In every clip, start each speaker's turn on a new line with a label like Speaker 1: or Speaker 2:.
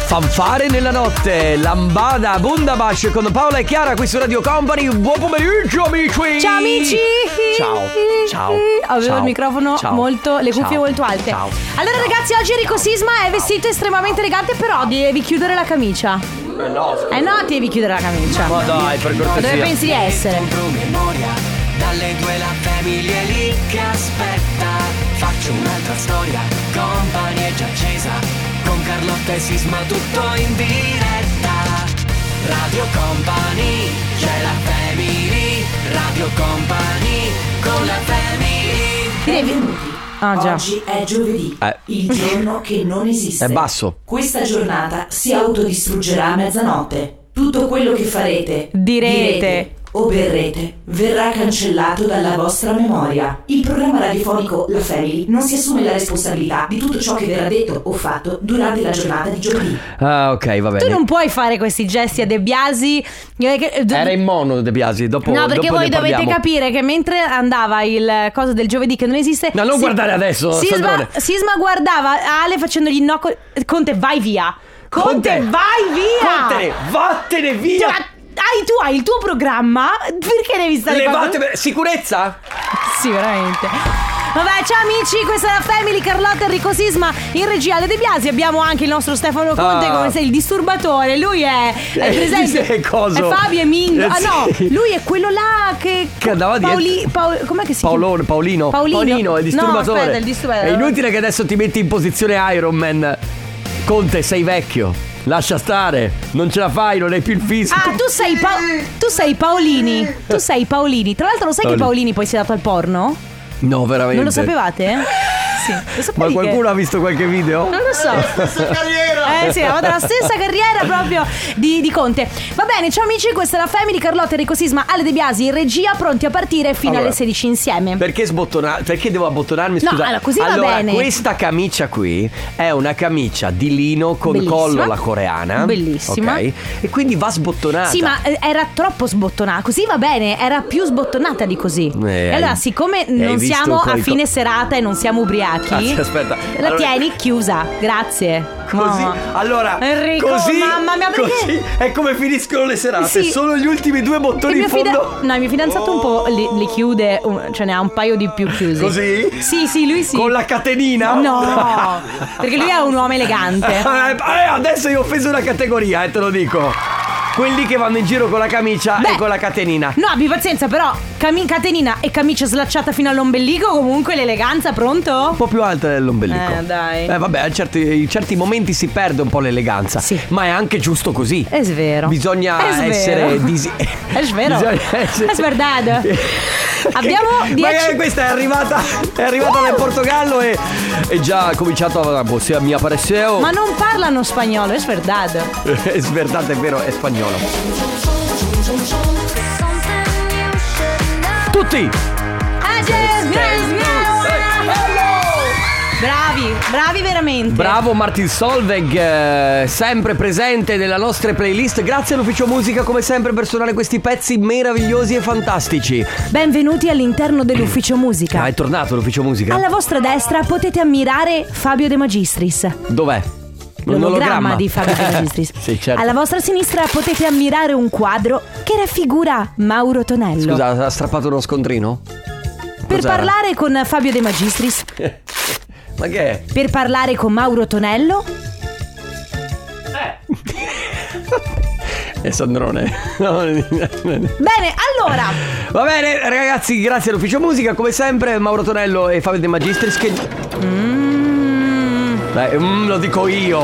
Speaker 1: Fanfare nella notte, Lambada, Bundabash con Paola e Chiara qui su Radio Company. Buon pomeriggio amici.
Speaker 2: Ciao amici.
Speaker 1: Ciao.
Speaker 2: Avevo il microfono molto, le cuffie molto alte.
Speaker 1: Ciao.
Speaker 2: Allora ragazzi, oggi Enrico Sisma è vestito estremamente elegante, però devi chiudere la camicia.
Speaker 1: No,
Speaker 2: ti devi chiudere la camicia.
Speaker 1: ma dai, per cortesia.
Speaker 2: Dove pensi di essere?
Speaker 3: Dalle 2 la famiglia è lì che aspetta. Faccio un'altra storia, Company è già accesa. Con Carlotta e Sisma tutto in diretta. Radio Company, c'è la family. Radio Company, con la family.
Speaker 2: Già.
Speaker 4: Oggi è giovedì, il giorno che non esiste.
Speaker 1: È basso.
Speaker 4: Questa giornata si autodistruggerà a mezzanotte. Tutto quello che farete,
Speaker 2: Direte
Speaker 4: o berrete verrà cancellato dalla vostra memoria. Il programma radiofonico La Family non si assume la responsabilità di tutto ciò che verrà detto o fatto durante la giornata di giovedì.
Speaker 1: Ah, ok, va bene.
Speaker 2: Tu non puoi fare questi gesti a De Biasi.
Speaker 1: Era in mono De Biasi, dopo.
Speaker 2: No, perché
Speaker 1: dopo
Speaker 2: voi
Speaker 1: ne
Speaker 2: dovete
Speaker 1: parliamo.
Speaker 2: capire che mentre andava il coso del giovedì che non esiste.
Speaker 1: No, non guardare adesso, Sandrone.
Speaker 2: Sisma guardava Ale facendogli no. Conte, vai via. Conte, vai via.
Speaker 1: Conte, vattene via.
Speaker 2: Tu hai il tuo programma. Perché devi stare qua?
Speaker 1: Sicurezza?
Speaker 2: Sì, veramente. Vabbè, ciao amici, questa è la Family, Carlotta, Enrico Sisma, in regia Ale De Biasi. Abbiamo anche il nostro Stefano Conte come sei il disturbatore. Lui è presente.
Speaker 1: Coso?
Speaker 2: È Fabio e Mingo.
Speaker 1: Sì.
Speaker 2: No, lui è quello là che
Speaker 1: andava dietro.
Speaker 2: com'è che si chiama?
Speaker 1: Paolino, il disturbatore.
Speaker 2: No, aspetta, il disturbatore.
Speaker 1: È inutile che adesso ti metti in posizione Iron Man. Conte, sei vecchio. Lascia stare, non ce la fai, non hai più il fisico.
Speaker 2: Tu sei Paolini. Tu sei Paolini. Tra l'altro lo sai che Paolini poi si è dato al porno?
Speaker 1: No, veramente.
Speaker 2: Non lo sapevate? Sì. Lo sapevi
Speaker 1: Ma qualcuno ha visto qualche video?
Speaker 2: Non lo so.
Speaker 1: La stessa carriera.
Speaker 2: Sì, ha fatto la stessa carriera proprio di Conte. Va bene, ciao amici, questa è la Family, Carlotta, Enrico Sisma, Ale De Biasi in regia, pronti a partire fino alle 16 insieme.
Speaker 1: Perché sbottonare? Perché devo abbottonarmi?
Speaker 2: No,
Speaker 1: Scusa.
Speaker 2: allora, così va bene.
Speaker 1: Questa camicia qui è una camicia di lino con
Speaker 2: Bellissima.
Speaker 1: collo alla coreana.
Speaker 2: Bellissima.
Speaker 1: Ok? E quindi va sbottonata.
Speaker 2: Sì, ma era troppo sbottonata. Così va bene, era più sbottonata di così. E allora, siccome non siamo a fine serata e non siamo ubriachi,
Speaker 1: aspetta.
Speaker 2: La tieni chiusa, grazie.
Speaker 1: Così, allora
Speaker 2: Enrico,
Speaker 1: così,
Speaker 2: mamma mia, perché?
Speaker 1: Così è come finiscono le serate.
Speaker 2: Sì.
Speaker 1: Solo gli ultimi due bottoni in fondo.
Speaker 2: No, il mio fidanzato un po' li chiude, cioè ne ha un paio di più chiusi.
Speaker 1: Così?
Speaker 2: Sì, lui sì.
Speaker 1: Con la catenina?
Speaker 2: No, perché lui è un uomo elegante.
Speaker 1: Adesso hai offeso una categoria, te lo dico. Quelli che vanno in giro con la camicia e con la catenina.
Speaker 2: No, abbi pazienza, però catenina e camicia slacciata fino all'ombelico. Comunque l'eleganza, pronto?
Speaker 1: Un po' più alta dell'ombelico.
Speaker 2: Dai.
Speaker 1: Vabbè, in certi momenti si perde un po' l'eleganza.
Speaker 2: Sì.
Speaker 1: Ma è anche giusto così.
Speaker 2: È vero.
Speaker 1: Bisogna essere
Speaker 2: È vero. È verdad. Abbiamo 10.
Speaker 1: Questa è arrivata dal Portogallo e già ha cominciato a mi appareceu.
Speaker 2: Ma non parlano spagnolo, è verdad.
Speaker 1: È verdad, è vero, è spagnolo. Tutti.
Speaker 2: Bravi veramente.
Speaker 1: Bravo Martin Solveig, sempre presente nella nostra playlist. Grazie all'Ufficio Musica come sempre per suonare questi pezzi meravigliosi e fantastici.
Speaker 2: Benvenuti all'interno dell'Ufficio Musica.
Speaker 1: È tornato l'Ufficio Musica?
Speaker 2: Alla vostra destra potete ammirare Fabio De Magistris.
Speaker 1: Dov'è?
Speaker 2: L'ologramma di Fabio De Magistris.
Speaker 1: Sì, certo.
Speaker 2: Alla vostra sinistra potete ammirare un quadro che raffigura Mauro Tonello.
Speaker 1: Scusa, ha strappato uno scontrino?
Speaker 2: Per
Speaker 1: Cos'era?
Speaker 2: parlare con Fabio De Magistris.
Speaker 1: Ma che è?
Speaker 2: Per parlare con Mauro Tonello.
Speaker 1: Sandrone.
Speaker 2: Bene, allora.
Speaker 1: Va bene, ragazzi, grazie all'Ufficio Musica come sempre Mauro Tonello e Fabio De Magistris che... lo dico io.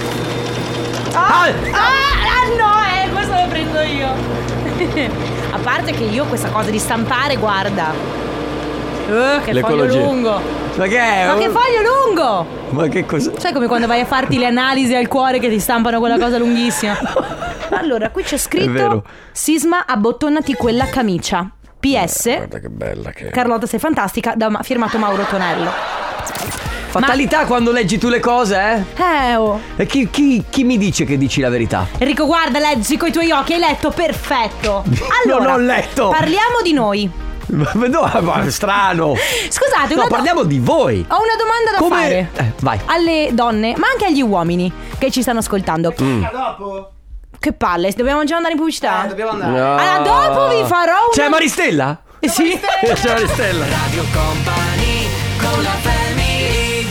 Speaker 2: No, questo lo prendo io. A parte che io questa cosa di stampare, guarda. Che
Speaker 1: L'ecologia.
Speaker 2: foglio lungo.
Speaker 1: Ma che è?
Speaker 2: Ma che foglio lungo!
Speaker 1: Ma che cosa?
Speaker 2: Sai come quando vai a farti le analisi al cuore che ti stampano quella cosa lunghissima? Allora, qui c'è
Speaker 1: È
Speaker 2: scritto
Speaker 1: vero.
Speaker 2: Sisma, abbottonati quella camicia. PS.
Speaker 1: Guarda che bella che è.
Speaker 2: Carlotta sei fantastica, firmato Mauro Tonello.
Speaker 1: Fatalità quando leggi tu le cose,
Speaker 2: Oh.
Speaker 1: E chi mi dice che dici la verità?
Speaker 2: Enrico, guarda, leggi coi tuoi occhi, hai letto perfetto. Allora,
Speaker 1: Non ho letto.
Speaker 2: parliamo di noi.
Speaker 1: No, strano.
Speaker 2: Scusate,
Speaker 1: No, parliamo di voi.
Speaker 2: ho una domanda da fare
Speaker 1: Vai.
Speaker 2: alle donne, ma anche agli uomini che ci stanno ascoltando.
Speaker 5: Dopo?
Speaker 2: Che palle, dobbiamo già andare in pubblicità?
Speaker 5: Dobbiamo andare.
Speaker 1: No.
Speaker 2: Allora, dopo vi farò una...
Speaker 1: C'è Maristella?
Speaker 2: Sì.
Speaker 1: C'è Maristella.
Speaker 3: Radio Company con la family.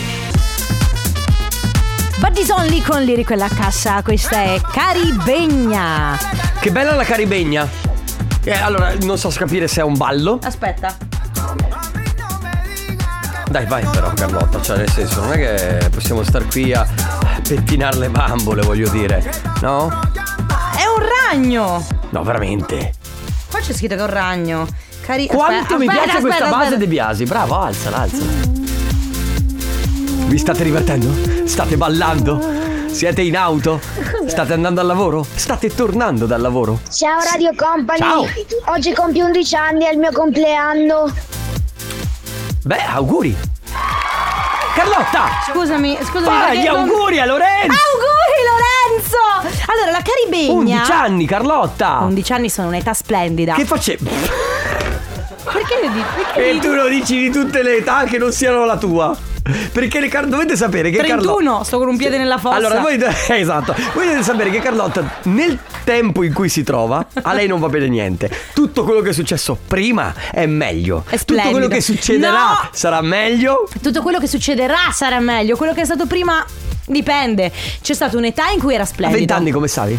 Speaker 2: Buddies Only con Lirico e la cassa. Questa è Caribegna.
Speaker 1: Che bella la Caribegna. Allora, non so capire se è un ballo.
Speaker 2: Aspetta.
Speaker 1: Dai, vai però Carlotta, cioè nel senso, non è che possiamo star qui a pettinare le bambole, voglio dire, no?
Speaker 2: È un ragno.
Speaker 1: No, veramente.
Speaker 2: Qua c'è scritto che è un ragno.
Speaker 1: Quanto mi piace questa base De Biasi. Bravo, alzala. Vi state divertendo? State ballando? Siete in auto? State andando al lavoro? State tornando dal lavoro?
Speaker 6: Ciao Radio Company.
Speaker 1: Ciao.
Speaker 6: Oggi compio 11 anni, è il mio compleanno.
Speaker 1: Beh, auguri. Carlotta!
Speaker 2: Scusami.
Speaker 1: Fai gli auguri a Lorenzo!
Speaker 2: Auguri Lorenzo! Allora, la Caribegna
Speaker 1: 11 anni, Carlotta!
Speaker 2: 11 anni sono un'età splendida.
Speaker 1: Che facevi?
Speaker 2: Perché
Speaker 1: E tu lo dici di tutte le età che non siano la tua. Perché dovete sapere che
Speaker 2: 31, sto con un piede nella fossa.
Speaker 1: Allora voi esatto. Voi dovete sapere che Carlotta nel tempo in cui si trova a lei non va bene niente. Tutto quello che è successo prima è meglio.
Speaker 2: È splendido.
Speaker 1: Tutto quello che succederà sarà meglio.
Speaker 2: Tutto quello che succederà sarà meglio. Quello che è stato prima dipende. C'è stata un'età in cui era
Speaker 1: A
Speaker 2: splendido.
Speaker 1: 20 anni come stavi?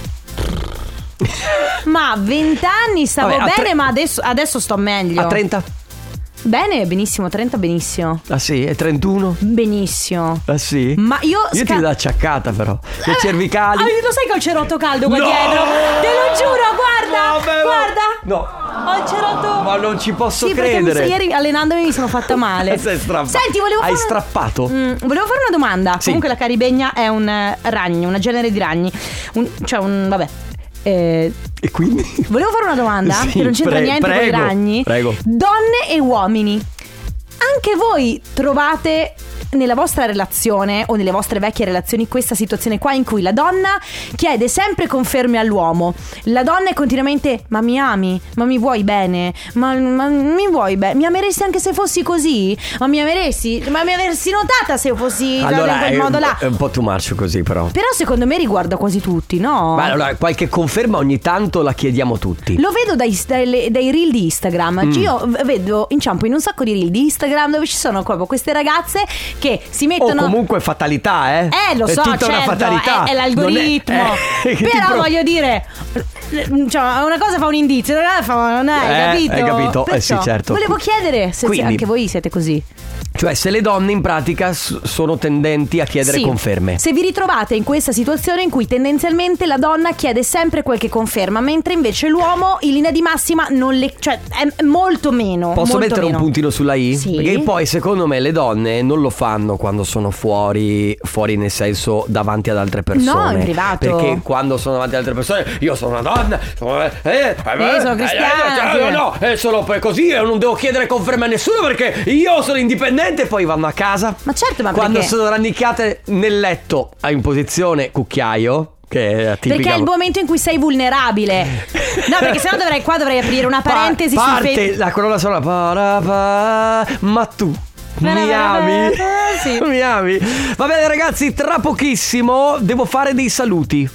Speaker 2: Ma a 20 anni stavo
Speaker 1: Vabbè,
Speaker 2: bene, ma adesso sto meglio.
Speaker 1: A 30?
Speaker 2: Bene, benissimo, 30 benissimo.
Speaker 1: Ah sì, e 31?
Speaker 2: Benissimo.
Speaker 1: Ah sì?
Speaker 2: Ma io
Speaker 1: ti do acciaccata però. Le cervicali.
Speaker 2: Lo sai che ho il cerotto caldo qua
Speaker 1: No!
Speaker 2: dietro? Te lo giuro, guarda.
Speaker 1: Vabbè,
Speaker 2: guarda.
Speaker 1: No.
Speaker 2: Ho il cerotto.
Speaker 1: Ma non ci posso
Speaker 2: sì,
Speaker 1: credere.
Speaker 2: perché ieri allenandomi mi sono fatta male.
Speaker 1: Sei strappato.
Speaker 2: Senti, volevo
Speaker 1: Hai
Speaker 2: fare
Speaker 1: strappato?
Speaker 2: Volevo fare una domanda.
Speaker 1: Sì.
Speaker 2: Comunque la Caribegna è un ragno, una genere di ragni. Vabbè.
Speaker 1: E quindi?
Speaker 2: Volevo fare una domanda
Speaker 1: Sì,
Speaker 2: che non c'entra niente con i ragni.
Speaker 1: Prego.
Speaker 2: Donne e uomini, anche voi trovate nella vostra relazione o nelle vostre vecchie relazioni questa situazione qua in cui la donna chiede sempre conferme all'uomo? La donna è continuamente: ma mi ami? Ma mi vuoi bene? Ma mi vuoi bene? Mi ameresti anche se fossi così? Ma mi ameresti? Ma mi avresti notata se io fossi
Speaker 1: allora,
Speaker 2: in quel modo là?
Speaker 1: È un po' too much così però.
Speaker 2: Però secondo me riguarda quasi tutti, no?
Speaker 1: Ma allora qualche conferma ogni tanto la chiediamo tutti.
Speaker 2: Lo vedo dai reel di Instagram. Io vedo, inciampo in un sacco di reel di Instagram dove ci sono proprio queste ragazze che si mettono.
Speaker 1: O comunque fatalità,
Speaker 2: lo so,
Speaker 1: è tutta
Speaker 2: certo,
Speaker 1: una fatalità.
Speaker 2: è l'algoritmo.
Speaker 1: Che
Speaker 2: Però voglio dire, cioè, una cosa fa un indizio, non è, capito?
Speaker 1: Hai capito?
Speaker 2: Perciò,
Speaker 1: sì, certo.
Speaker 2: volevo chiedere se
Speaker 1: Quindi,
Speaker 2: anche voi siete così.
Speaker 1: Cioè se le donne in pratica sono tendenti a chiedere
Speaker 2: Sì.
Speaker 1: conferme.
Speaker 2: Se vi ritrovate in questa situazione in cui tendenzialmente la donna chiede sempre qualche conferma, mentre invece l'uomo in linea di massima non le, cioè è molto meno.
Speaker 1: Posso
Speaker 2: molto
Speaker 1: mettere
Speaker 2: meno.
Speaker 1: un puntino sulla I?
Speaker 2: Sì.
Speaker 1: Perché poi secondo me le donne non lo fanno quando sono fuori nel senso davanti ad altre persone.
Speaker 2: No, in privato.
Speaker 1: Perché quando sono davanti ad altre persone, io sono una donna, sono
Speaker 2: cristiana.
Speaker 1: no, è solo per così, io non devo chiedere conferme a nessuno perché io sono indipendente e poi vanno a casa.
Speaker 2: Ma certo, ma
Speaker 1: quando
Speaker 2: perché?
Speaker 1: sono rannicchiate nel letto in posizione cucchiaio, che è tipica.
Speaker 2: Perché è il momento in cui sei vulnerabile. No, perché sennò dovrei aprire una parentesi
Speaker 1: parte la colonna sonora. Ma tu mi ami?
Speaker 2: Sì.
Speaker 1: Mi ami? Va bene ragazzi, tra pochissimo devo fare dei saluti.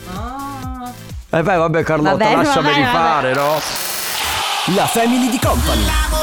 Speaker 1: Vabbè Carlotta,
Speaker 2: Vabbè,
Speaker 1: lasciami rifare, no?
Speaker 7: La Family di Company.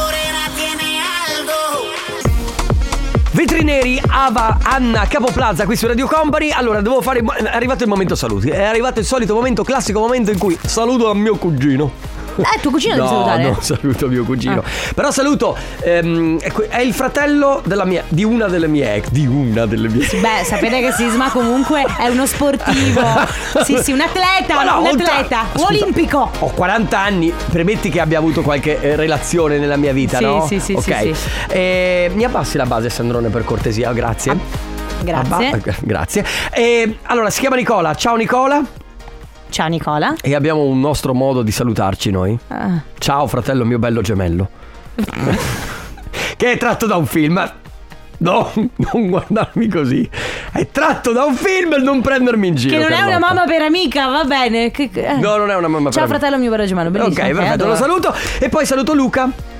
Speaker 1: Vetri neri, Ava, Anna, Capoplaza qui su Radio Company. Allora devo fare, è arrivato il momento saluti. È arrivato il solito momento, classico momento in cui saluto a mio cugino.
Speaker 2: Tuo cugino devi salutare?
Speaker 1: No, saluto mio cugino. Però saluto è il fratello di una delle mie ex.
Speaker 2: Beh, sapete che Sisma comunque è uno sportivo. Sì, un atleta,
Speaker 1: Ma no,
Speaker 2: un atleta, un
Speaker 1: scusa,
Speaker 2: olimpico.
Speaker 1: Ho 40 anni, premetti che abbia avuto qualche relazione nella mia vita,
Speaker 2: Sì,
Speaker 1: no?
Speaker 2: sì,
Speaker 1: ok.
Speaker 2: sì.
Speaker 1: Mi abbassi la base, Sandrone, per cortesia, grazie.
Speaker 2: Grazie.
Speaker 1: Grazie. Allora, si chiama Nicola. Ciao Nicola.
Speaker 2: Ciao Nicola.
Speaker 1: E abbiamo un nostro modo di salutarci noi. Ciao fratello mio bello gemello. Che è tratto da un film. No, non guardarmi così. È tratto da un film e non prendermi in giro.
Speaker 2: Che non è
Speaker 1: Carlotta.
Speaker 2: una mamma per amica, va bene.
Speaker 1: No, non è una mamma per
Speaker 2: Ciao
Speaker 1: amica.
Speaker 2: fratello mio bello gemello, bellissimo.
Speaker 1: Ok, perfetto, lo saluto. E poi saluto Luca.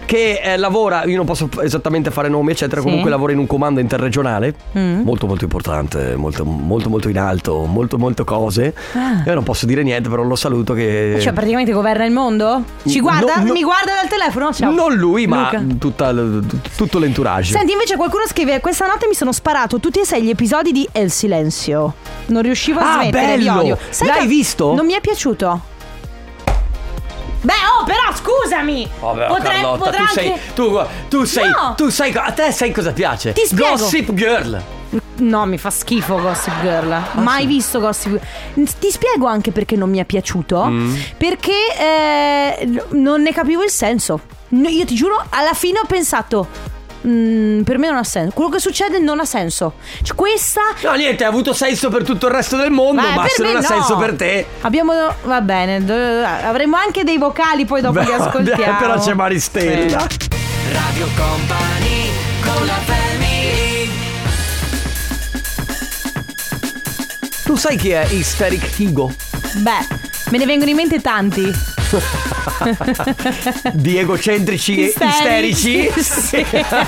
Speaker 1: che lavora, io non posso esattamente fare nomi eccetera, comunque lavora in un comando interregionale molto molto importante, molto molto molto in alto, molto cose. Io non posso dire niente, però lo saluto che...
Speaker 2: Cioè praticamente governa il mondo? Ci guarda? Mi guarda dal telefono? Ciao.
Speaker 1: Non lui, ma
Speaker 2: Luca.
Speaker 1: tutto l'entourage.
Speaker 2: Senti, invece qualcuno scrive: questa notte mi sono sparato tutti e 6 gli episodi di El Silenzio. Non riuscivo a smettere, vi odio.
Speaker 1: L'hai visto?
Speaker 2: Non mi è piaciuto. Beh, però scusami.
Speaker 1: Carlotta, tu sei a te sai cosa piace?
Speaker 2: Ti spiego.
Speaker 1: Gossip Girl.
Speaker 2: No, mi fa schifo Gossip Girl. Mai visto Gossip Girl. Ti spiego anche perché non mi è piaciuto. Perché non ne capivo il senso. Io ti giuro, alla fine ho pensato per me non ha senso. Quello che succede non ha senso. Cioè, questa...
Speaker 1: No, niente, ha avuto senso per tutto il resto del mondo, ma se non ha senso per te...
Speaker 2: Va bene, avremo anche dei vocali poi dopo li ascoltiamo.
Speaker 1: Però c'è Maristella.
Speaker 3: Radio Company con la family.
Speaker 1: Tu sai chi è Hysteric Higo?
Speaker 2: Beh, me ne vengono in mente tanti.
Speaker 1: Di egocentrici isterici.
Speaker 2: Sì.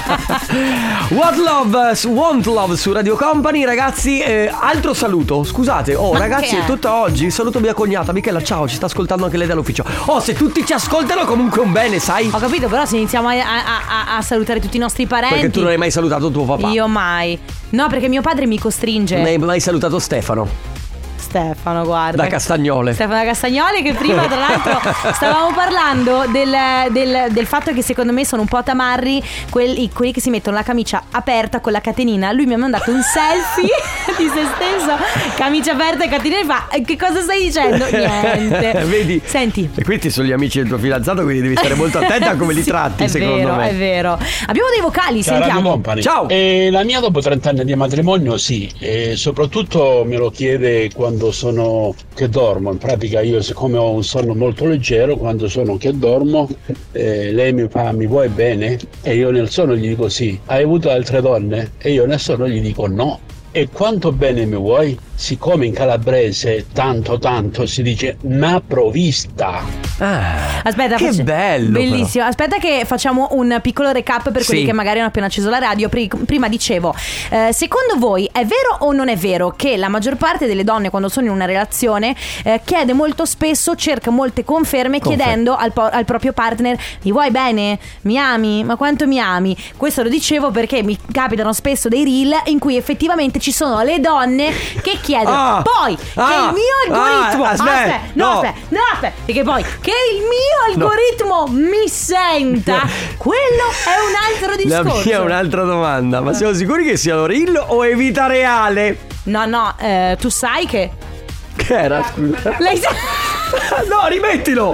Speaker 1: Want Love su Radio Company. Ragazzi, altro saluto. Scusate, ragazzi, è tutta oggi. Saluto mia cognata Michela, ciao, ci sta ascoltando anche lei dall'ufficio. Se tutti ci ascoltano comunque un bene, sai.
Speaker 2: Ho capito, però se iniziamo a salutare tutti i nostri parenti.
Speaker 1: Perché tu non hai mai salutato tuo papà?
Speaker 2: Io mai. No, perché mio padre mi costringe.
Speaker 1: Non hai mai salutato Stefano?
Speaker 2: Stefano, guarda.
Speaker 1: Da Castagnole.
Speaker 2: Stefano da Castagnole, che prima tra l'altro stavamo parlando del fatto che secondo me sono un po' tamarri quelli che si mettono la camicia aperta con la catenina. Lui mi ha mandato un selfie di se stesso, camicia aperta e catenina, e fa: che cosa stai dicendo? Niente.
Speaker 1: Vedi?
Speaker 2: Senti.
Speaker 1: E questi sono gli amici del tuo fidanzato, quindi devi stare molto attenta a come li tratti, secondo me.
Speaker 2: È vero. Abbiamo dei vocali, sentiamo.
Speaker 1: Ciao.
Speaker 5: La mia dopo 30 anni di matrimonio, sì, e soprattutto me lo chiede quando sono che dormo. In pratica io, siccome ho un sonno molto leggero, quando sono che dormo, lei mi fa: mi vuoi bene? E io nel sonno gli dico sì. Hai avuto altre donne? E io nel sonno gli dico no. E quanto bene mi vuoi? Siccome in calabrese tanto si dice na provvista.
Speaker 2: Aspetta,
Speaker 1: che bello,
Speaker 2: bellissimo. Però. Aspetta che facciamo un piccolo recap per quelli che magari hanno appena acceso la radio. Prima dicevo, secondo voi è vero o non è vero che la maggior parte delle donne, quando sono in una relazione, chiede molto spesso, cerca molte conferme chiedendo al proprio partner: mi vuoi bene? Mi ami? Ma quanto mi ami? Questo lo dicevo perché mi capitano spesso dei reel in cui effettivamente ci sono le donne che chiedono poi che il mio algoritmo aspetta, perché poi che il mio algoritmo mi senta. Quello è un altro discorso.
Speaker 1: La mia è un'altra domanda. Ma siamo sicuri che siano reel o è vita reale?
Speaker 2: No, tu sai che
Speaker 1: era, scusa?
Speaker 2: Lei sa...
Speaker 1: No, rimettilo.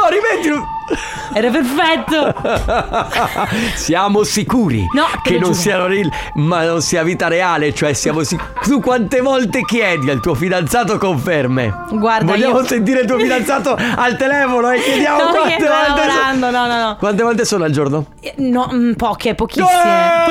Speaker 2: Era perfetto.
Speaker 1: Siamo sicuri che non siano real, ma non sia vita reale. Cioè siamo sicuri. Tu quante volte chiedi al tuo fidanzato conferme?
Speaker 2: Guarda,
Speaker 1: vogliamo sentire il tuo fidanzato al telefono e chiediamo quante volte
Speaker 2: no.
Speaker 1: Quante volte sono al giorno?
Speaker 2: No, pochissime.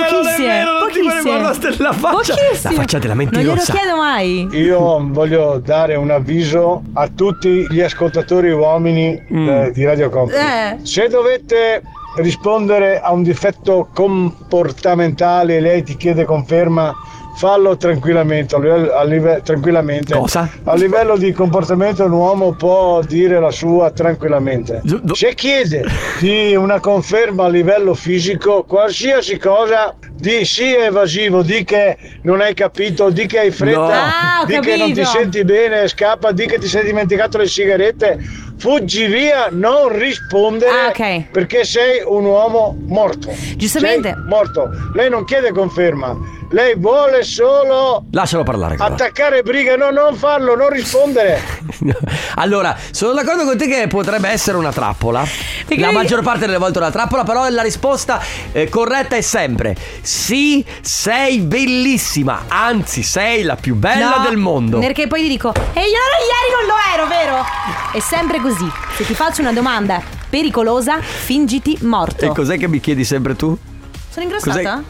Speaker 1: La faccia della mentirosa.
Speaker 2: Non glielo chiedo mai.
Speaker 8: Io voglio dare un avviso a tutti gli ascoltatori uomini di Radio Company. Se dovete rispondere a un difetto comportamentale e lei ti chiede conferma, fallo tranquillamente. Tranquillamente.
Speaker 1: Cosa?
Speaker 8: A livello di comportamento un uomo può dire la sua tranquillamente. Se chiede di una conferma a livello fisico, qualsiasi cosa, di sì evasivo, di che non hai capito, di che hai fretta, di che non ti senti bene, scappa, di che ti sei dimenticato le sigarette, fuggi via, non rispondere, perché sei un uomo morto.
Speaker 2: Giustamente.
Speaker 8: Sei morto. Lei non chiede conferma, lei vuole solo
Speaker 1: lascialo parlare,
Speaker 8: attaccare briga. No, non farlo, non rispondere.
Speaker 1: Allora, sono d'accordo con te che potrebbe essere una trappola. La maggior parte delle volte è una trappola, però la risposta corretta è sempre sì, sei bellissima, anzi sei la più bella del mondo.
Speaker 2: Perché poi ti dico: e io ieri non lo ero, vero? È sempre così. Se ti faccio una domanda pericolosa, fingiti morto.
Speaker 1: E cos'è che mi chiedi sempre tu?
Speaker 2: Sono ingrassata?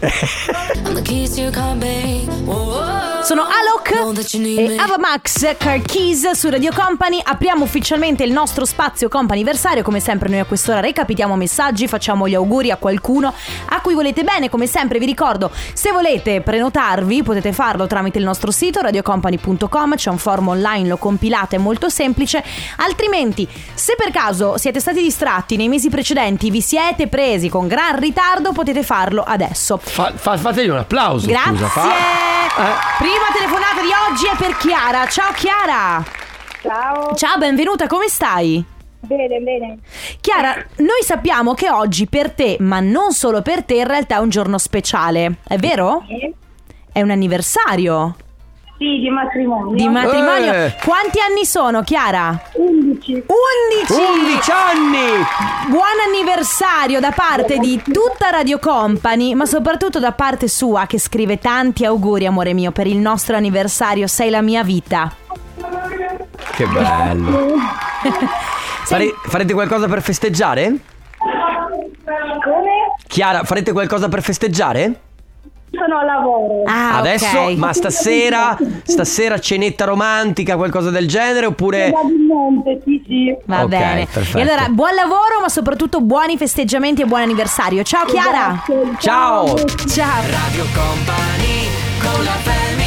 Speaker 2: Sono Alok e Ava Max, Car Keys su Radio Company. Apriamo ufficialmente il nostro spazio comp'anniversario. Come sempre noi a quest'ora recapitiamo messaggi, facciamo gli auguri a qualcuno a cui volete bene. Come sempre vi ricordo, se volete prenotarvi potete farlo tramite il nostro sito radiocompany.com. C'è un form online, lo compilate, è molto semplice. Altrimenti, se per caso siete stati distratti nei mesi precedenti, vi siete presi con gran ritardo, potete farlo adesso.
Speaker 1: Fategli un applauso.
Speaker 2: Grazie.
Speaker 1: Scusa,
Speaker 2: Prima telefonata di oggi è per Chiara. Ciao Chiara. Ciao, benvenuta, come stai?
Speaker 6: Bene.
Speaker 2: Chiara, noi sappiamo che oggi per te, ma non solo per te, in realtà è un giorno speciale, è vero?
Speaker 6: Sì.
Speaker 2: È un anniversario.
Speaker 6: Sì, di matrimonio.
Speaker 2: Di matrimonio. Quanti anni sono, Chiara?
Speaker 6: 11.
Speaker 2: 11
Speaker 1: anni!
Speaker 2: Buon anniversario da parte di tutta Radio Company, ma soprattutto da parte sua, che scrive tanti auguri, amore mio, per il nostro anniversario. Sei la mia vita.
Speaker 1: Che bello. Farete qualcosa per festeggiare?
Speaker 6: Come?
Speaker 1: Chiara, farete qualcosa per festeggiare?
Speaker 6: Sono a lavoro.
Speaker 1: Adesso,
Speaker 2: ok.
Speaker 1: ma stasera cenetta romantica, qualcosa del genere, oppure...
Speaker 6: Probabilmente, sì.
Speaker 2: Va
Speaker 1: Ok,
Speaker 2: bene.
Speaker 1: perfetto.
Speaker 2: E allora buon lavoro, ma soprattutto buoni festeggiamenti e buon anniversario. Ciao Chiara.
Speaker 1: Ciao!
Speaker 2: Ciao.
Speaker 3: Radio Company con la family.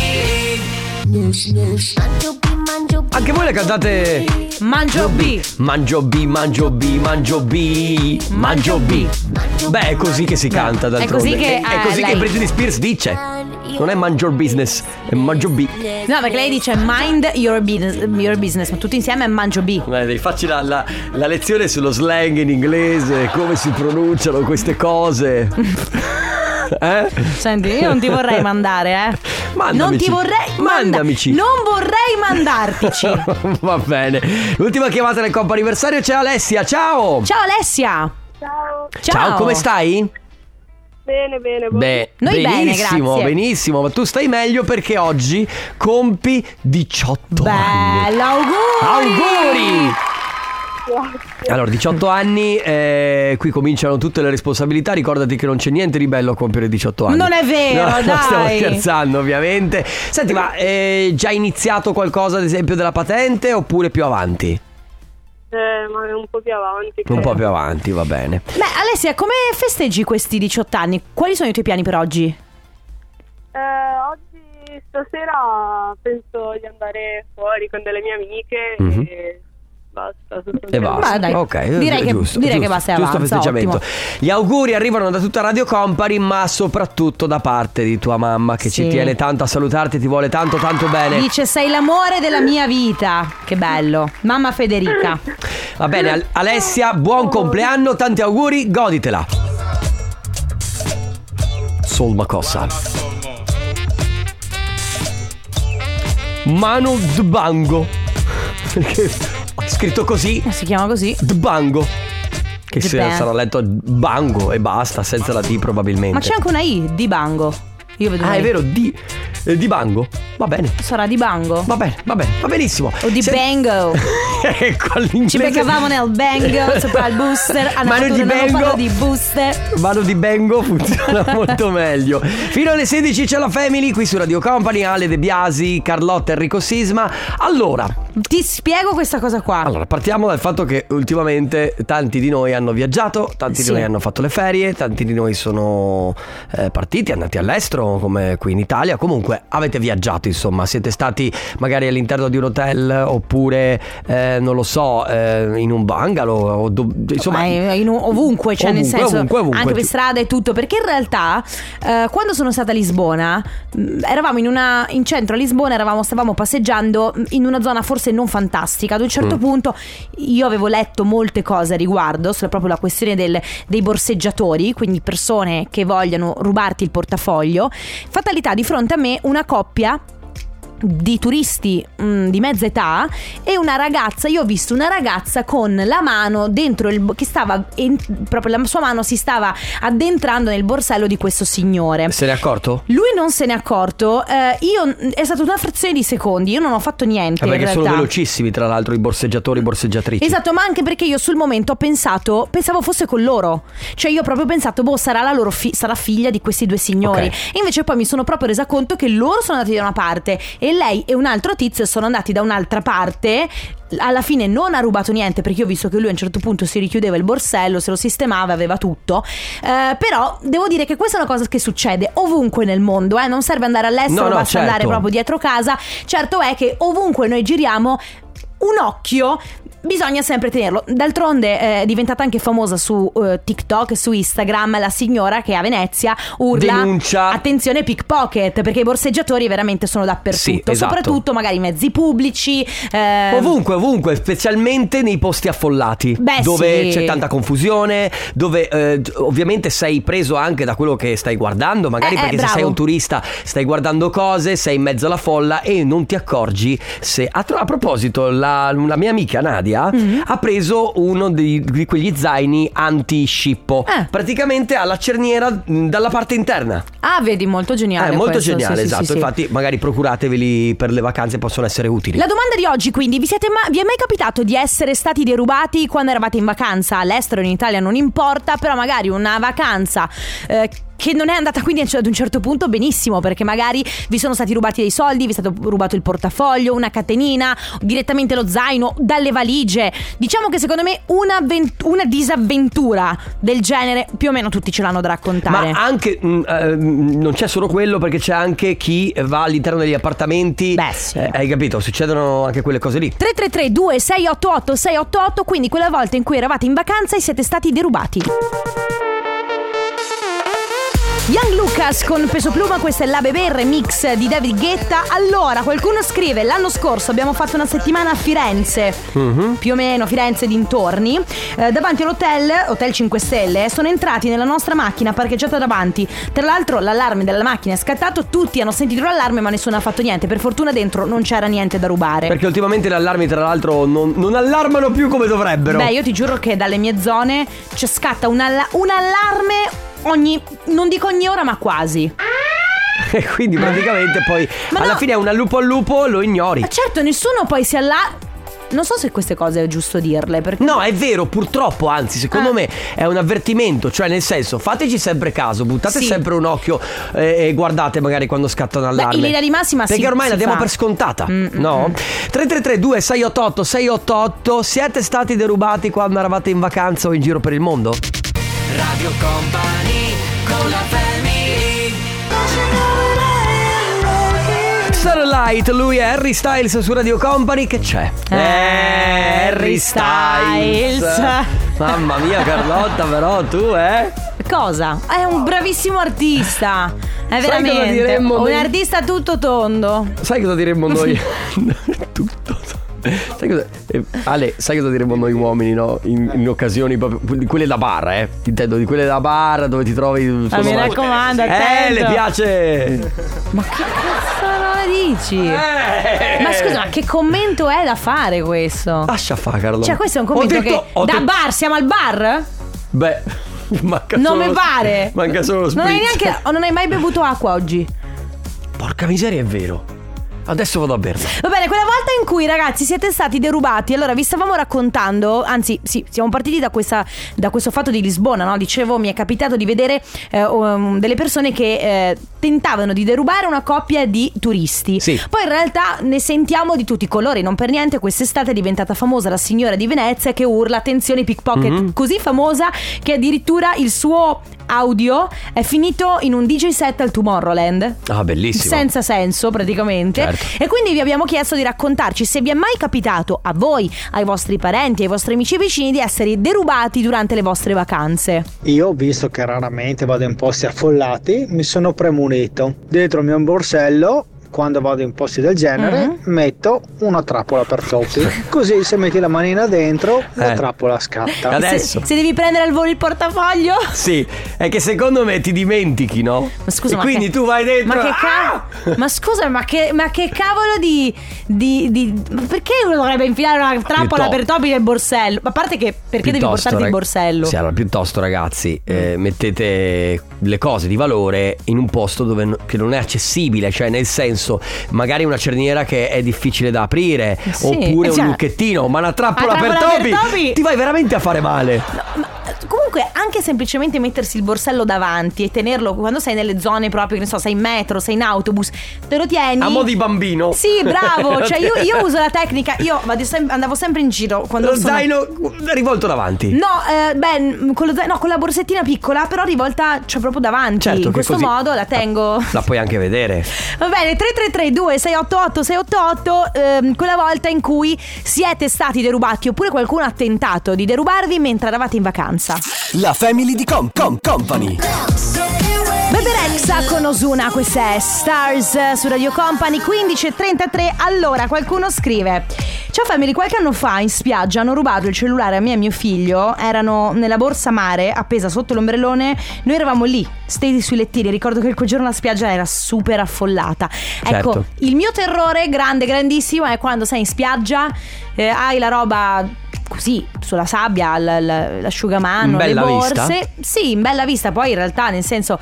Speaker 1: Anche voi le cantate...
Speaker 2: Mangio B.
Speaker 1: Mangio B. Beh, è così che si canta, d'altronde.
Speaker 2: così che-
Speaker 1: È così che
Speaker 2: lei-
Speaker 1: Britney Spears dice. Non è Mangio Business, è Mangio B.
Speaker 2: No, perché lei dice mind your business, ma tutto insieme è Mangio B.
Speaker 1: Devi farci la lezione sullo slang in inglese, come si pronunciano queste cose.
Speaker 2: Senti, io non ti vorrei mandare,
Speaker 1: Mandamici.
Speaker 2: Non ti vorrei
Speaker 1: Mandamici.
Speaker 2: Non vorrei mandartici.
Speaker 1: Va bene. L'ultima chiamata del compo anniversario, c'è Alessia. Ciao.
Speaker 2: Ciao Alessia.
Speaker 6: Ciao.
Speaker 1: Come stai?
Speaker 6: Bene.
Speaker 2: Noi bene,
Speaker 1: benissimo,
Speaker 2: grazie.
Speaker 1: benissimo. Ma tu stai meglio perché oggi compi 18 anni.
Speaker 2: Bello, auguri.
Speaker 1: Allora, 18 anni, qui cominciano tutte le responsabilità. Ricordati che non c'è niente di bello a compiere 18 anni.
Speaker 2: Non è vero,
Speaker 1: No,
Speaker 2: dai.
Speaker 1: stiamo scherzando, ovviamente. Senti, ma già iniziato qualcosa, ad esempio, della patente oppure più avanti?
Speaker 6: Ma è un po' più avanti.
Speaker 1: Un po' più avanti, va bene.
Speaker 2: Beh, Alessia, come festeggi questi 18 anni? Quali sono i tuoi piani per oggi?
Speaker 6: Oggi, stasera, penso di andare fuori con delle mie amiche e basta.
Speaker 1: E basta.
Speaker 2: Ma dai,
Speaker 1: Ok,
Speaker 2: direi che basta e
Speaker 1: giusto
Speaker 2: avanza,
Speaker 1: festeggiamento.
Speaker 2: ottimo.
Speaker 1: Gli auguri arrivano da tutta Radio Company, ma soprattutto da parte di tua mamma, che ci
Speaker 2: Sì.
Speaker 1: tiene tanto a salutarti, ti vuole tanto tanto bene.
Speaker 2: Dice sei l'amore della mia vita. Che bello. Mamma Federica.
Speaker 1: Va bene, Alessia, buon compleanno, tanti auguri, goditela. Sol Makossa. Mano Dbango. Perché ho scritto così,
Speaker 2: Si chiama così.
Speaker 1: Dbango. Che
Speaker 2: Dban.
Speaker 1: sarà letto Bango e basta, senza la D probabilmente.
Speaker 2: Ma c'è anche una I di Bango. Io vedo una
Speaker 1: è
Speaker 2: I.
Speaker 1: vero, di Bango. Va bene.
Speaker 2: Sarà di Bango.
Speaker 1: Va benissimo.
Speaker 2: O di Bango.
Speaker 1: Ecco, all'inglese.
Speaker 2: Ci beccavamo nel Bango sopra il booster.
Speaker 1: Mano di Bango.
Speaker 2: Parlo di booster.
Speaker 1: Mano di Bango funziona molto meglio. Fino alle 16 c'è la Family qui su Radio Company. Ale De Biasi, Carlotta, Enrico Sisma. Allora,
Speaker 2: Ti spiego questa cosa qua.
Speaker 1: partiamo dal fatto che ultimamente tanti di noi hanno viaggiato, tanti
Speaker 2: Sì.
Speaker 1: di noi hanno fatto le ferie, tanti di noi sono partiti, andati all'estero come qui in Italia. Comunque avete viaggiato, insomma, siete stati magari all'interno di un hotel oppure non lo so, in un bungalow o insomma
Speaker 2: Ovunque, cioè nel senso
Speaker 1: ovunque.
Speaker 2: anche per strada e tutto, perché in realtà quando sono stata a Lisbona eravamo in centro a Lisbona, stavamo passeggiando in una zona forse non fantastica. Ad un certo punto io avevo letto molte cose a riguardo, proprio la questione dei borseggiatori, quindi persone che vogliono rubarti il portafoglio. Fatalità, di fronte a me una coppia di turisti di mezza età e una ragazza. Io ho visto una ragazza con la mano dentro che stava proprio la sua mano si stava addentrando nel borsello di questo signore.
Speaker 1: Se ne è accorto?
Speaker 2: Lui non se ne è accorto. È stata una frazione di secondi. Io non ho fatto niente.
Speaker 1: Perché
Speaker 2: in realtà
Speaker 1: sono velocissimi, tra l'altro, i borseggiatori, borseggiatrici.
Speaker 2: Esatto, ma anche perché io sul momento pensavo fosse con loro. Cioè io ho proprio pensato, sarà la loro sarà figlia di questi due signori.
Speaker 1: Okay.
Speaker 2: E invece poi mi sono proprio resa conto che loro sono andati da una parte e lei e un altro tizio sono andati da un'altra parte. Alla fine non ha rubato niente, perché io ho visto che lui a un certo punto si richiudeva il borsello, se lo sistemava, aveva tutto. Però devo dire che questa è una cosa che succede ovunque nel mondo, non serve andare all'estero, basta andare proprio dietro casa. Certo è che ovunque noi giriamo un occhio bisogna sempre tenerlo. D'altronde è diventata anche famosa su TikTok, su Instagram, la signora che a Venezia urla
Speaker 1: denuncia,
Speaker 2: attenzione pickpocket, perché i borseggiatori veramente sono dappertutto.
Speaker 1: Sì, esatto.
Speaker 2: Soprattutto magari mezzi pubblici,
Speaker 1: ovunque, specialmente nei posti affollati, dove c'è tanta confusione, dove ovviamente sei preso anche da quello che stai guardando, magari perché se sei un turista stai guardando cose, sei in mezzo alla folla e non ti accorgi se a proposito la mia amica Nadia ha preso uno di quegli zaini anti-scippo. Praticamente ha la cerniera dalla parte interna.
Speaker 2: Vedi, molto geniale.
Speaker 1: Molto
Speaker 2: questo,
Speaker 1: geniale,
Speaker 2: sì,
Speaker 1: esatto.
Speaker 2: sì,
Speaker 1: infatti magari procurateveli per le vacanze, possono essere utili.
Speaker 2: La domanda di oggi quindi: vi è mai capitato di essere stati derubati quando eravate in vacanza all'estero, in Italia non importa, però magari una vacanza che non è andata quindi ad un certo punto benissimo, perché magari vi sono stati rubati dei soldi, vi è stato rubato il portafoglio, una catenina, direttamente lo zaino, dalle valigie. Diciamo che secondo me una disavventura del genere più o meno tutti ce l'hanno da raccontare.
Speaker 1: Ma anche non c'è solo quello, perché c'è anche chi va all'interno degli appartamenti.
Speaker 2: Sì.
Speaker 1: Hai capito? Succedono anche quelle cose lì.
Speaker 2: 333 2688 688, quindi quella volta in cui eravate in vacanza e siete stati derubati. Young Lucas con Peso Pluma, questa è La Bebè, remix di David Guetta. Allora, qualcuno scrive: l'anno scorso abbiamo fatto una settimana a Firenze, più o meno Firenze dintorni, davanti Hotel 5 Stelle. Sono entrati nella nostra macchina parcheggiata davanti. Tra l'altro l'allarme della macchina è scattato, tutti hanno sentito l'allarme ma nessuno ha fatto niente. Per fortuna dentro non c'era niente da rubare,
Speaker 1: perché ultimamente gli allarmi tra l'altro non allarmano più come dovrebbero.
Speaker 2: Beh, io ti giuro che dalle mie zone c'è scatta un allarme non dico ogni ora, ma quasi.
Speaker 1: E quindi praticamente poi alla fine è un lupo al lupo, lo ignori.
Speaker 2: Ma certo, nessuno poi si non so se queste cose è giusto dirle, perché...
Speaker 1: No, è vero, purtroppo, anzi secondo me è un avvertimento. Cioè nel senso, fateci sempre caso, buttate sempre un occhio e guardate magari quando scatta un allarme.
Speaker 2: In linea di massima
Speaker 1: perché ormai la diamo per scontata. No? 333 2688 688. Siete stati derubati quando eravate in vacanza o in giro per il mondo?
Speaker 3: Radio Company con la family.
Speaker 1: Starlight, lui è Harry Styles su Radio Company. Che c'è? Harry Styles. Mamma mia Carlotta, però tu
Speaker 2: cosa? È un bravissimo artista. È veramente un artista tutto tondo.
Speaker 1: Sai cosa diremmo noi? Tutto tondo. Sai cosa? Ale, sai cosa diremmo noi uomini, no? In occasioni proprio di quelle da bar, intendo di quelle da bar dove ti trovi.
Speaker 2: Ma mi raccomando, attento.
Speaker 1: Le piace.
Speaker 2: Ma che cazzo dici? Ma scusa, ma che commento è da fare questo?
Speaker 1: Lascia fare, Carlo.
Speaker 2: Cioè questo è un commento da bar, siamo al bar?
Speaker 1: Beh, manca
Speaker 2: non
Speaker 1: solo
Speaker 2: mi pare.
Speaker 1: Manca solo lo spritz.
Speaker 2: Non hai mai bevuto acqua oggi?
Speaker 1: Porca miseria, è vero. Adesso vado a berla.
Speaker 2: Va bene, quella volta in cui, ragazzi, siete stati derubati. Allora, vi stavamo raccontando, anzi, sì, siamo partiti da questo fatto di Lisbona, no? Dicevo, mi è capitato di vedere delle persone che tentavano di derubare una coppia di turisti.
Speaker 1: Sì.
Speaker 2: Poi in realtà ne sentiamo di tutti i colori. Non per niente quest'estate è diventata famosa la signora di Venezia che urla attenzione pickpocket, così famosa che addirittura il suo audio è finito in un DJ set al Tomorrowland.
Speaker 1: Ah, bellissimo.
Speaker 2: Senza senso praticamente.
Speaker 1: Certo.
Speaker 2: E quindi vi abbiamo chiesto di raccontarci se vi è mai capitato a voi, ai vostri parenti, ai vostri amici e vicini di essere derubati durante le vostre vacanze.
Speaker 9: Io, visto che raramente vado in posti affollati, mi sono premunito. Dentro il mio borsello quando vado in posti del genere metto una trappola per topi, così se metti la manina dentro la trappola scatta.
Speaker 1: Adesso
Speaker 2: se devi prendere al volo il portafoglio,
Speaker 1: sì, è che secondo me ti dimentichi, no?
Speaker 2: Ma scusa,
Speaker 1: e quindi tu vai dentro.
Speaker 2: Ma scusa, ma che cavolo di perché uno dovrebbe infilare una trappola per topi nel borsello? A parte che perché devi portarti il borsello?
Speaker 1: Sì, allora piuttosto ragazzi, mettete le cose di valore in un posto dove che non è accessibile, cioè nel senso magari una cerniera che è difficile da aprire, oppure un lucchettino, ma una trappola per topi ti vai veramente a fare male.
Speaker 2: No, comunque anche semplicemente mettersi il borsello davanti e tenerlo quando sei nelle zone proprio, che ne so, sei in metro, sei in autobus, te lo tieni
Speaker 1: a mo' di bambino.
Speaker 2: Sì, bravo. Cioè io uso la tecnica, io andavo sempre in giro quando
Speaker 1: lo zaino rivolto davanti.
Speaker 2: No, con la borsettina piccola, però rivolta, cioè proprio davanti.
Speaker 1: Certo,
Speaker 2: in questo modo la tengo.
Speaker 1: La puoi anche vedere.
Speaker 2: Va bene, 333-2688-688, quella volta in cui siete stati derubati oppure qualcuno ha tentato di derubarvi mentre eravate in vacanza.
Speaker 7: La Family di Company.
Speaker 2: Bebe Rexha con Ozuna, questa è Stars su Radio Company, 15:33. Allora, qualcuno scrive: ciao Family, qualche anno fa in spiaggia hanno rubato il cellulare a me e mio figlio. Erano nella borsa mare appesa sotto l'ombrellone. Noi eravamo lì, stesi sui lettini. Ricordo che quel giorno la spiaggia era super affollata.
Speaker 1: Certo.
Speaker 2: Ecco, il mio terrore grandissimo è quando sei in spiaggia, hai la roba così sulla sabbia, l'asciugamano, le borse
Speaker 1: vista.
Speaker 2: Sì, in bella vista. Poi in realtà, nel senso,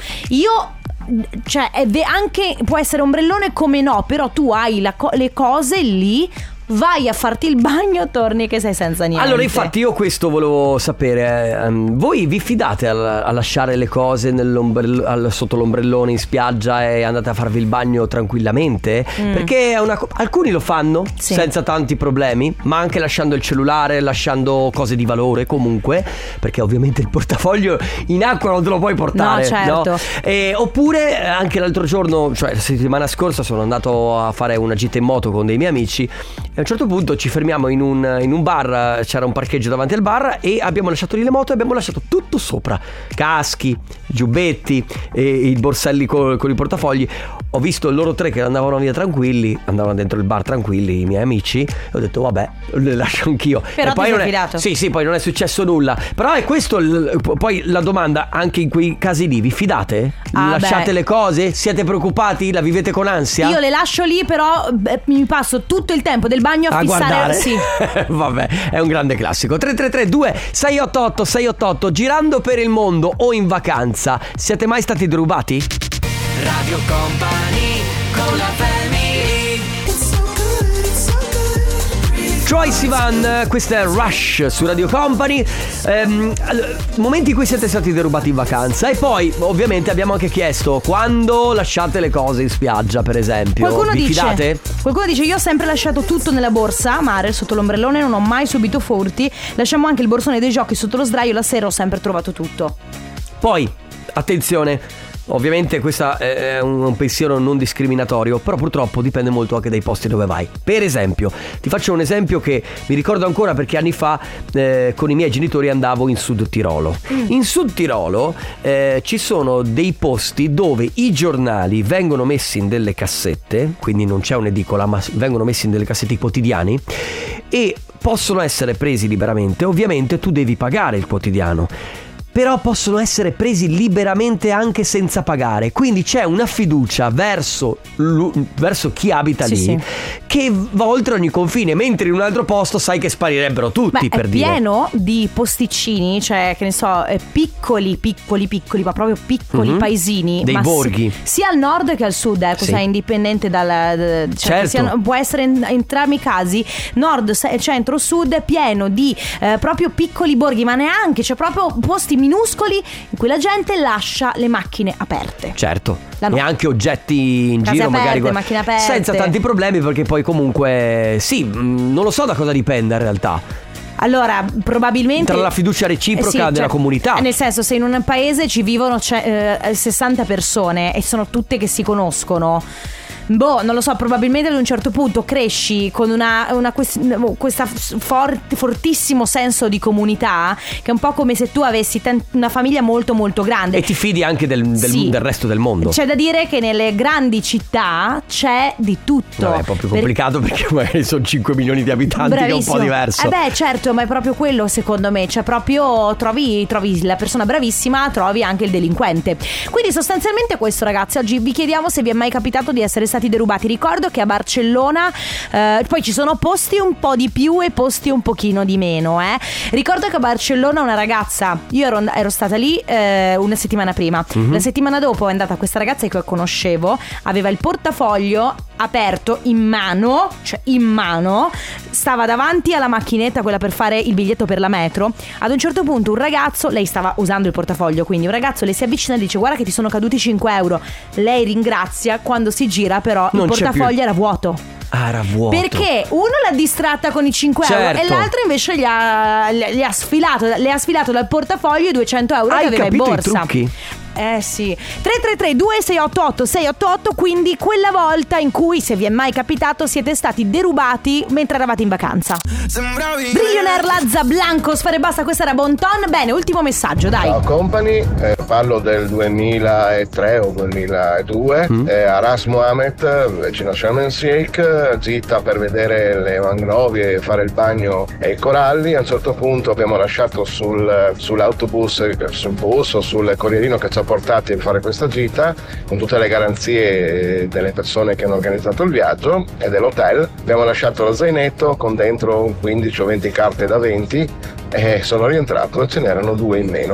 Speaker 2: cioè anche può essere ombrellone come no, però tu hai le cose lì, vai a farti il bagno, torni che sei senza niente.
Speaker 1: Allora, infatti io questo volevo sapere, voi vi fidate a lasciare le cose sotto l'ombrellone in spiaggia e andate a farvi il bagno tranquillamente? Perché alcuni lo fanno senza tanti problemi, ma anche lasciando il cellulare, lasciando cose di valore comunque, perché ovviamente il portafoglio in acqua non te lo puoi portare.
Speaker 2: No, certo.
Speaker 1: No? Oppure anche l'altro giorno, cioè la settimana scorsa, sono andato a fare una gita in moto con dei miei amici. A un certo punto ci fermiamo in un bar, c'era un parcheggio davanti al bar e abbiamo lasciato lì le moto e abbiamo lasciato tutto sopra, caschi, giubbetti e i borselli con i portafogli. Ho visto loro tre che andavano via tranquilli, andavano dentro il bar tranquilli, i miei amici, e ho detto vabbè, le lascio anch'io.
Speaker 2: Però
Speaker 1: e poi
Speaker 2: ti sei fidato.
Speaker 1: Sì, poi non è successo nulla. Però è questo poi la domanda, anche in quei casi lì, vi fidate? Lasciate le cose? Siete preoccupati? La vivete con ansia?
Speaker 2: Io le lascio lì, però mi passo tutto il tempo del bagno a fissare
Speaker 1: guardare.
Speaker 2: Sì.
Speaker 1: Vabbè, è un grande classico. 333-2688-688. Girando per il mondo o in vacanza, siete mai stati derubati?
Speaker 3: Radio Company con la Family.
Speaker 1: Troye Sivan, questa è Rush su Radio Company. Momenti in cui siete stati derubati in vacanza. E poi ovviamente abbiamo anche chiesto: quando lasciate le cose in spiaggia, per esempio, fidate?
Speaker 2: Qualcuno dice: io ho sempre lasciato tutto nella borsa mare sotto l'ombrellone, non ho mai subito furti. Lasciamo anche il borsone dei giochi sotto lo sdraio, la sera ho sempre trovato tutto.
Speaker 1: Poi attenzione, ovviamente questo è un pensiero non discriminatorio, però purtroppo dipende molto anche dai posti dove vai. Per esempio, ti faccio un esempio che mi ricordo ancora perché anni fa con i miei genitori andavo in Sud Tirolo. In Sud Tirolo ci sono dei posti dove i giornali vengono messi in delle cassette, quindi non c'è un'edicola, ma vengono messi in delle cassette quotidiani e possono essere presi liberamente. Ovviamente tu devi pagare il quotidiano, però possono essere presi liberamente anche senza pagare. Quindi c'è una fiducia verso chi abita lì, che va oltre ogni confine, mentre in un altro posto sai che sparirebbero tutti. Per dire,
Speaker 2: è pieno di posticini, cioè che ne so, piccoli, ma proprio piccoli paesini,
Speaker 1: dei borghi,
Speaker 2: sia al nord che al sud, sei indipendente certo. Può essere in entrambi i casi, nord, centro, sud, pieno di proprio piccoli borghi, ma neanche, c'è proprio posti minuscoli in cui la gente lascia le macchine aperte.
Speaker 1: Certo. E anche oggetti in
Speaker 2: case
Speaker 1: giro,
Speaker 2: aperte,
Speaker 1: magari
Speaker 2: macchine aperte,
Speaker 1: senza tanti problemi, perché poi comunque non lo so da cosa dipenda in realtà.
Speaker 2: Allora, probabilmente
Speaker 1: tra la fiducia reciproca della comunità.
Speaker 2: Nel senso, se in un paese ci vivono 60 persone e sono tutte che si conoscono, non lo so, probabilmente ad un certo punto cresci con questa fortissimo senso di comunità, che è un po' come se tu avessi una famiglia molto molto grande
Speaker 1: e ti fidi anche del resto del mondo.
Speaker 2: C'è da dire che nelle grandi città c'è di tutto.
Speaker 1: No, è proprio complicato perché magari sono 5 milioni di abitanti. Bravissimo. Che è un po' diverso.
Speaker 2: Certo, ma è proprio quello secondo me. Cioè proprio trovi la persona bravissima, trovi anche il delinquente. Quindi sostanzialmente questo, ragazzi. Oggi vi chiediamo se vi è mai capitato di essere stati derubati. Ricordo che a Barcellona poi ci sono posti un po' di più e posti un pochino di meno. Ricordo che a Barcellona una ragazza, io ero stata lì una settimana prima. La settimana dopo è andata questa ragazza che conoscevo, aveva il portafoglio aperto in mano, stava davanti alla macchinetta, quella per fare il biglietto per la metro. Ad un certo punto un ragazzo, lei stava usando il portafoglio, quindi un ragazzo le si avvicina e dice: guarda che ti sono caduti 5 euro. Lei ringrazia, quando si gira però il portafoglio era vuoto.
Speaker 1: Era vuoto.
Speaker 2: Perché uno l'ha distratta con i 5 euro e l'altro invece le ha sfilato dal portafoglio i 200 euro che aveva in borsa.
Speaker 1: I trucchi?
Speaker 2: Sì. 333 2688 688. Quindi quella volta in cui, se vi è mai capitato, siete stati derubati mentre eravate in vacanza. Billionaire, Lazza Blanco, Sfere Basta. Questa era Bon Ton. Bene, ultimo messaggio, dai.
Speaker 10: Ciao company, parlo del 2003 o 2002 a Ras Mohammed, vicino a Sharm el Sheikh, gita per vedere le mangrovie e fare il bagno ai coralli. A un certo punto abbiamo lasciato sull'autobus, sul bus o sul corrierino che ci ha portati a fare questa gita, con tutte le garanzie delle persone che hanno organizzato il viaggio e dell'hotel. Abbiamo lasciato lo zainetto con dentro 15 o 20 carte da 20 e sono rientrato e ce n'erano 2 in meno.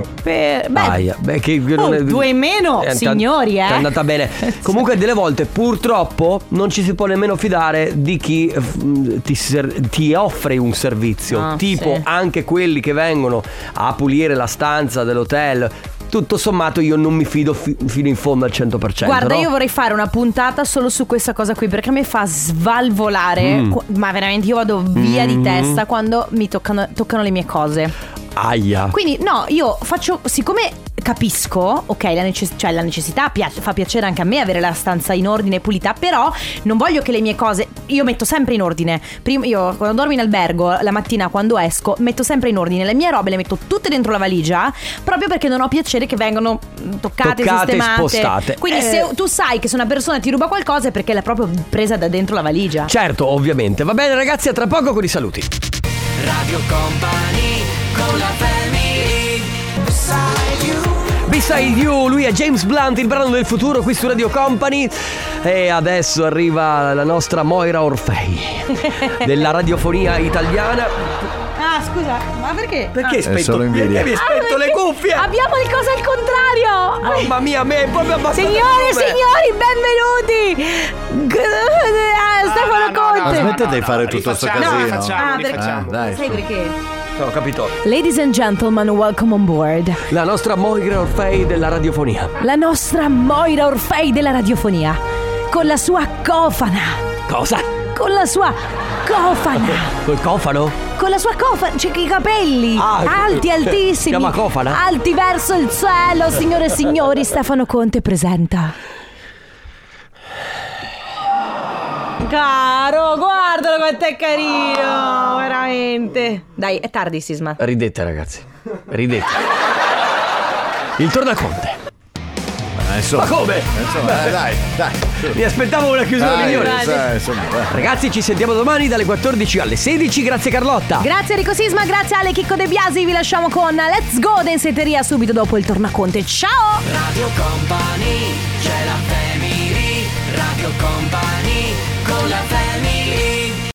Speaker 2: Due in meno, signori,
Speaker 1: È andata bene. Comunque delle volte purtroppo non ci si può nemmeno fidare di chi ti offre un servizio, tipo anche quelli che vengono a pulire la stanza dell'hotel. Tutto sommato io non mi fido fino in fondo al 100%.
Speaker 2: Guarda, io vorrei fare una puntata solo su questa cosa qui, perché mi fa svalvolare. Ma veramente io vado via di testa quando mi toccano le mie cose.
Speaker 1: Aia.
Speaker 2: Quindi no, io faccio, siccome capisco, ok, la necessità fa piacere anche a me avere la stanza in ordine e pulita, però non voglio che le mie cose, io metto sempre in ordine. Io quando dormo in albergo, la mattina quando esco, metto sempre in ordine le mie robe, le metto tutte dentro la valigia, proprio perché non ho piacere che vengano toccate sistemate,
Speaker 1: spostate.
Speaker 2: Quindi se tu sai che se una persona ti ruba qualcosa è perché l'ha proprio presa da dentro la valigia.
Speaker 1: Certo, ovviamente. Va bene ragazzi, a tra poco con i saluti.
Speaker 3: Radio Company con la family.
Speaker 1: Beside You, lui è James Blunt, il brano del futuro qui su Radio Company. E adesso arriva la nostra Moira Orfei della radiofonia italiana.
Speaker 2: Ah, scusa, ma perché?
Speaker 1: Perché
Speaker 11: è solo invidia.
Speaker 1: Perché mi hai spento le cuffie?
Speaker 2: Abbiamo le cose al contrario.
Speaker 1: Mamma mia, me è proprio abbastanza.
Speaker 2: Signore e signori, benvenuti. Stefano Conte.
Speaker 11: Smettete di fare tutto questo casino.
Speaker 2: Perché?
Speaker 11: Dai,
Speaker 2: sai perché?
Speaker 1: Ho capito.
Speaker 2: Ladies and gentlemen, welcome on board.
Speaker 1: La nostra Moira Orfei della radiofonia.
Speaker 2: La nostra Moira Orfei della radiofonia. Con la sua cofana.
Speaker 1: Cosa?
Speaker 2: Con la sua cofana.
Speaker 1: Col cofano?
Speaker 2: Con la sua cofana, c'è i capelli alti, altissimi. Si
Speaker 1: chiama cofana?
Speaker 2: Alti verso il cielo, signore e signori. Stefano Conte presenta. Caro, guardalo quanto è carino, veramente. Dai, è tardi, Sisma.
Speaker 1: Ridete ragazzi, ridete. Il tornaconte. Ma come?
Speaker 11: Dai.
Speaker 1: Mi aspettavo una chiusura migliore. Ragazzi, ci sentiamo domani dalle 14 alle 16. Grazie Carlotta.
Speaker 2: Grazie Enrico Sisma, grazie Ale Chicco De Biasi. Vi lasciamo con Let's Go Densetteria subito dopo il tornaconte. Ciao.
Speaker 3: Radio Company, c'è la family. Radio Company con la family.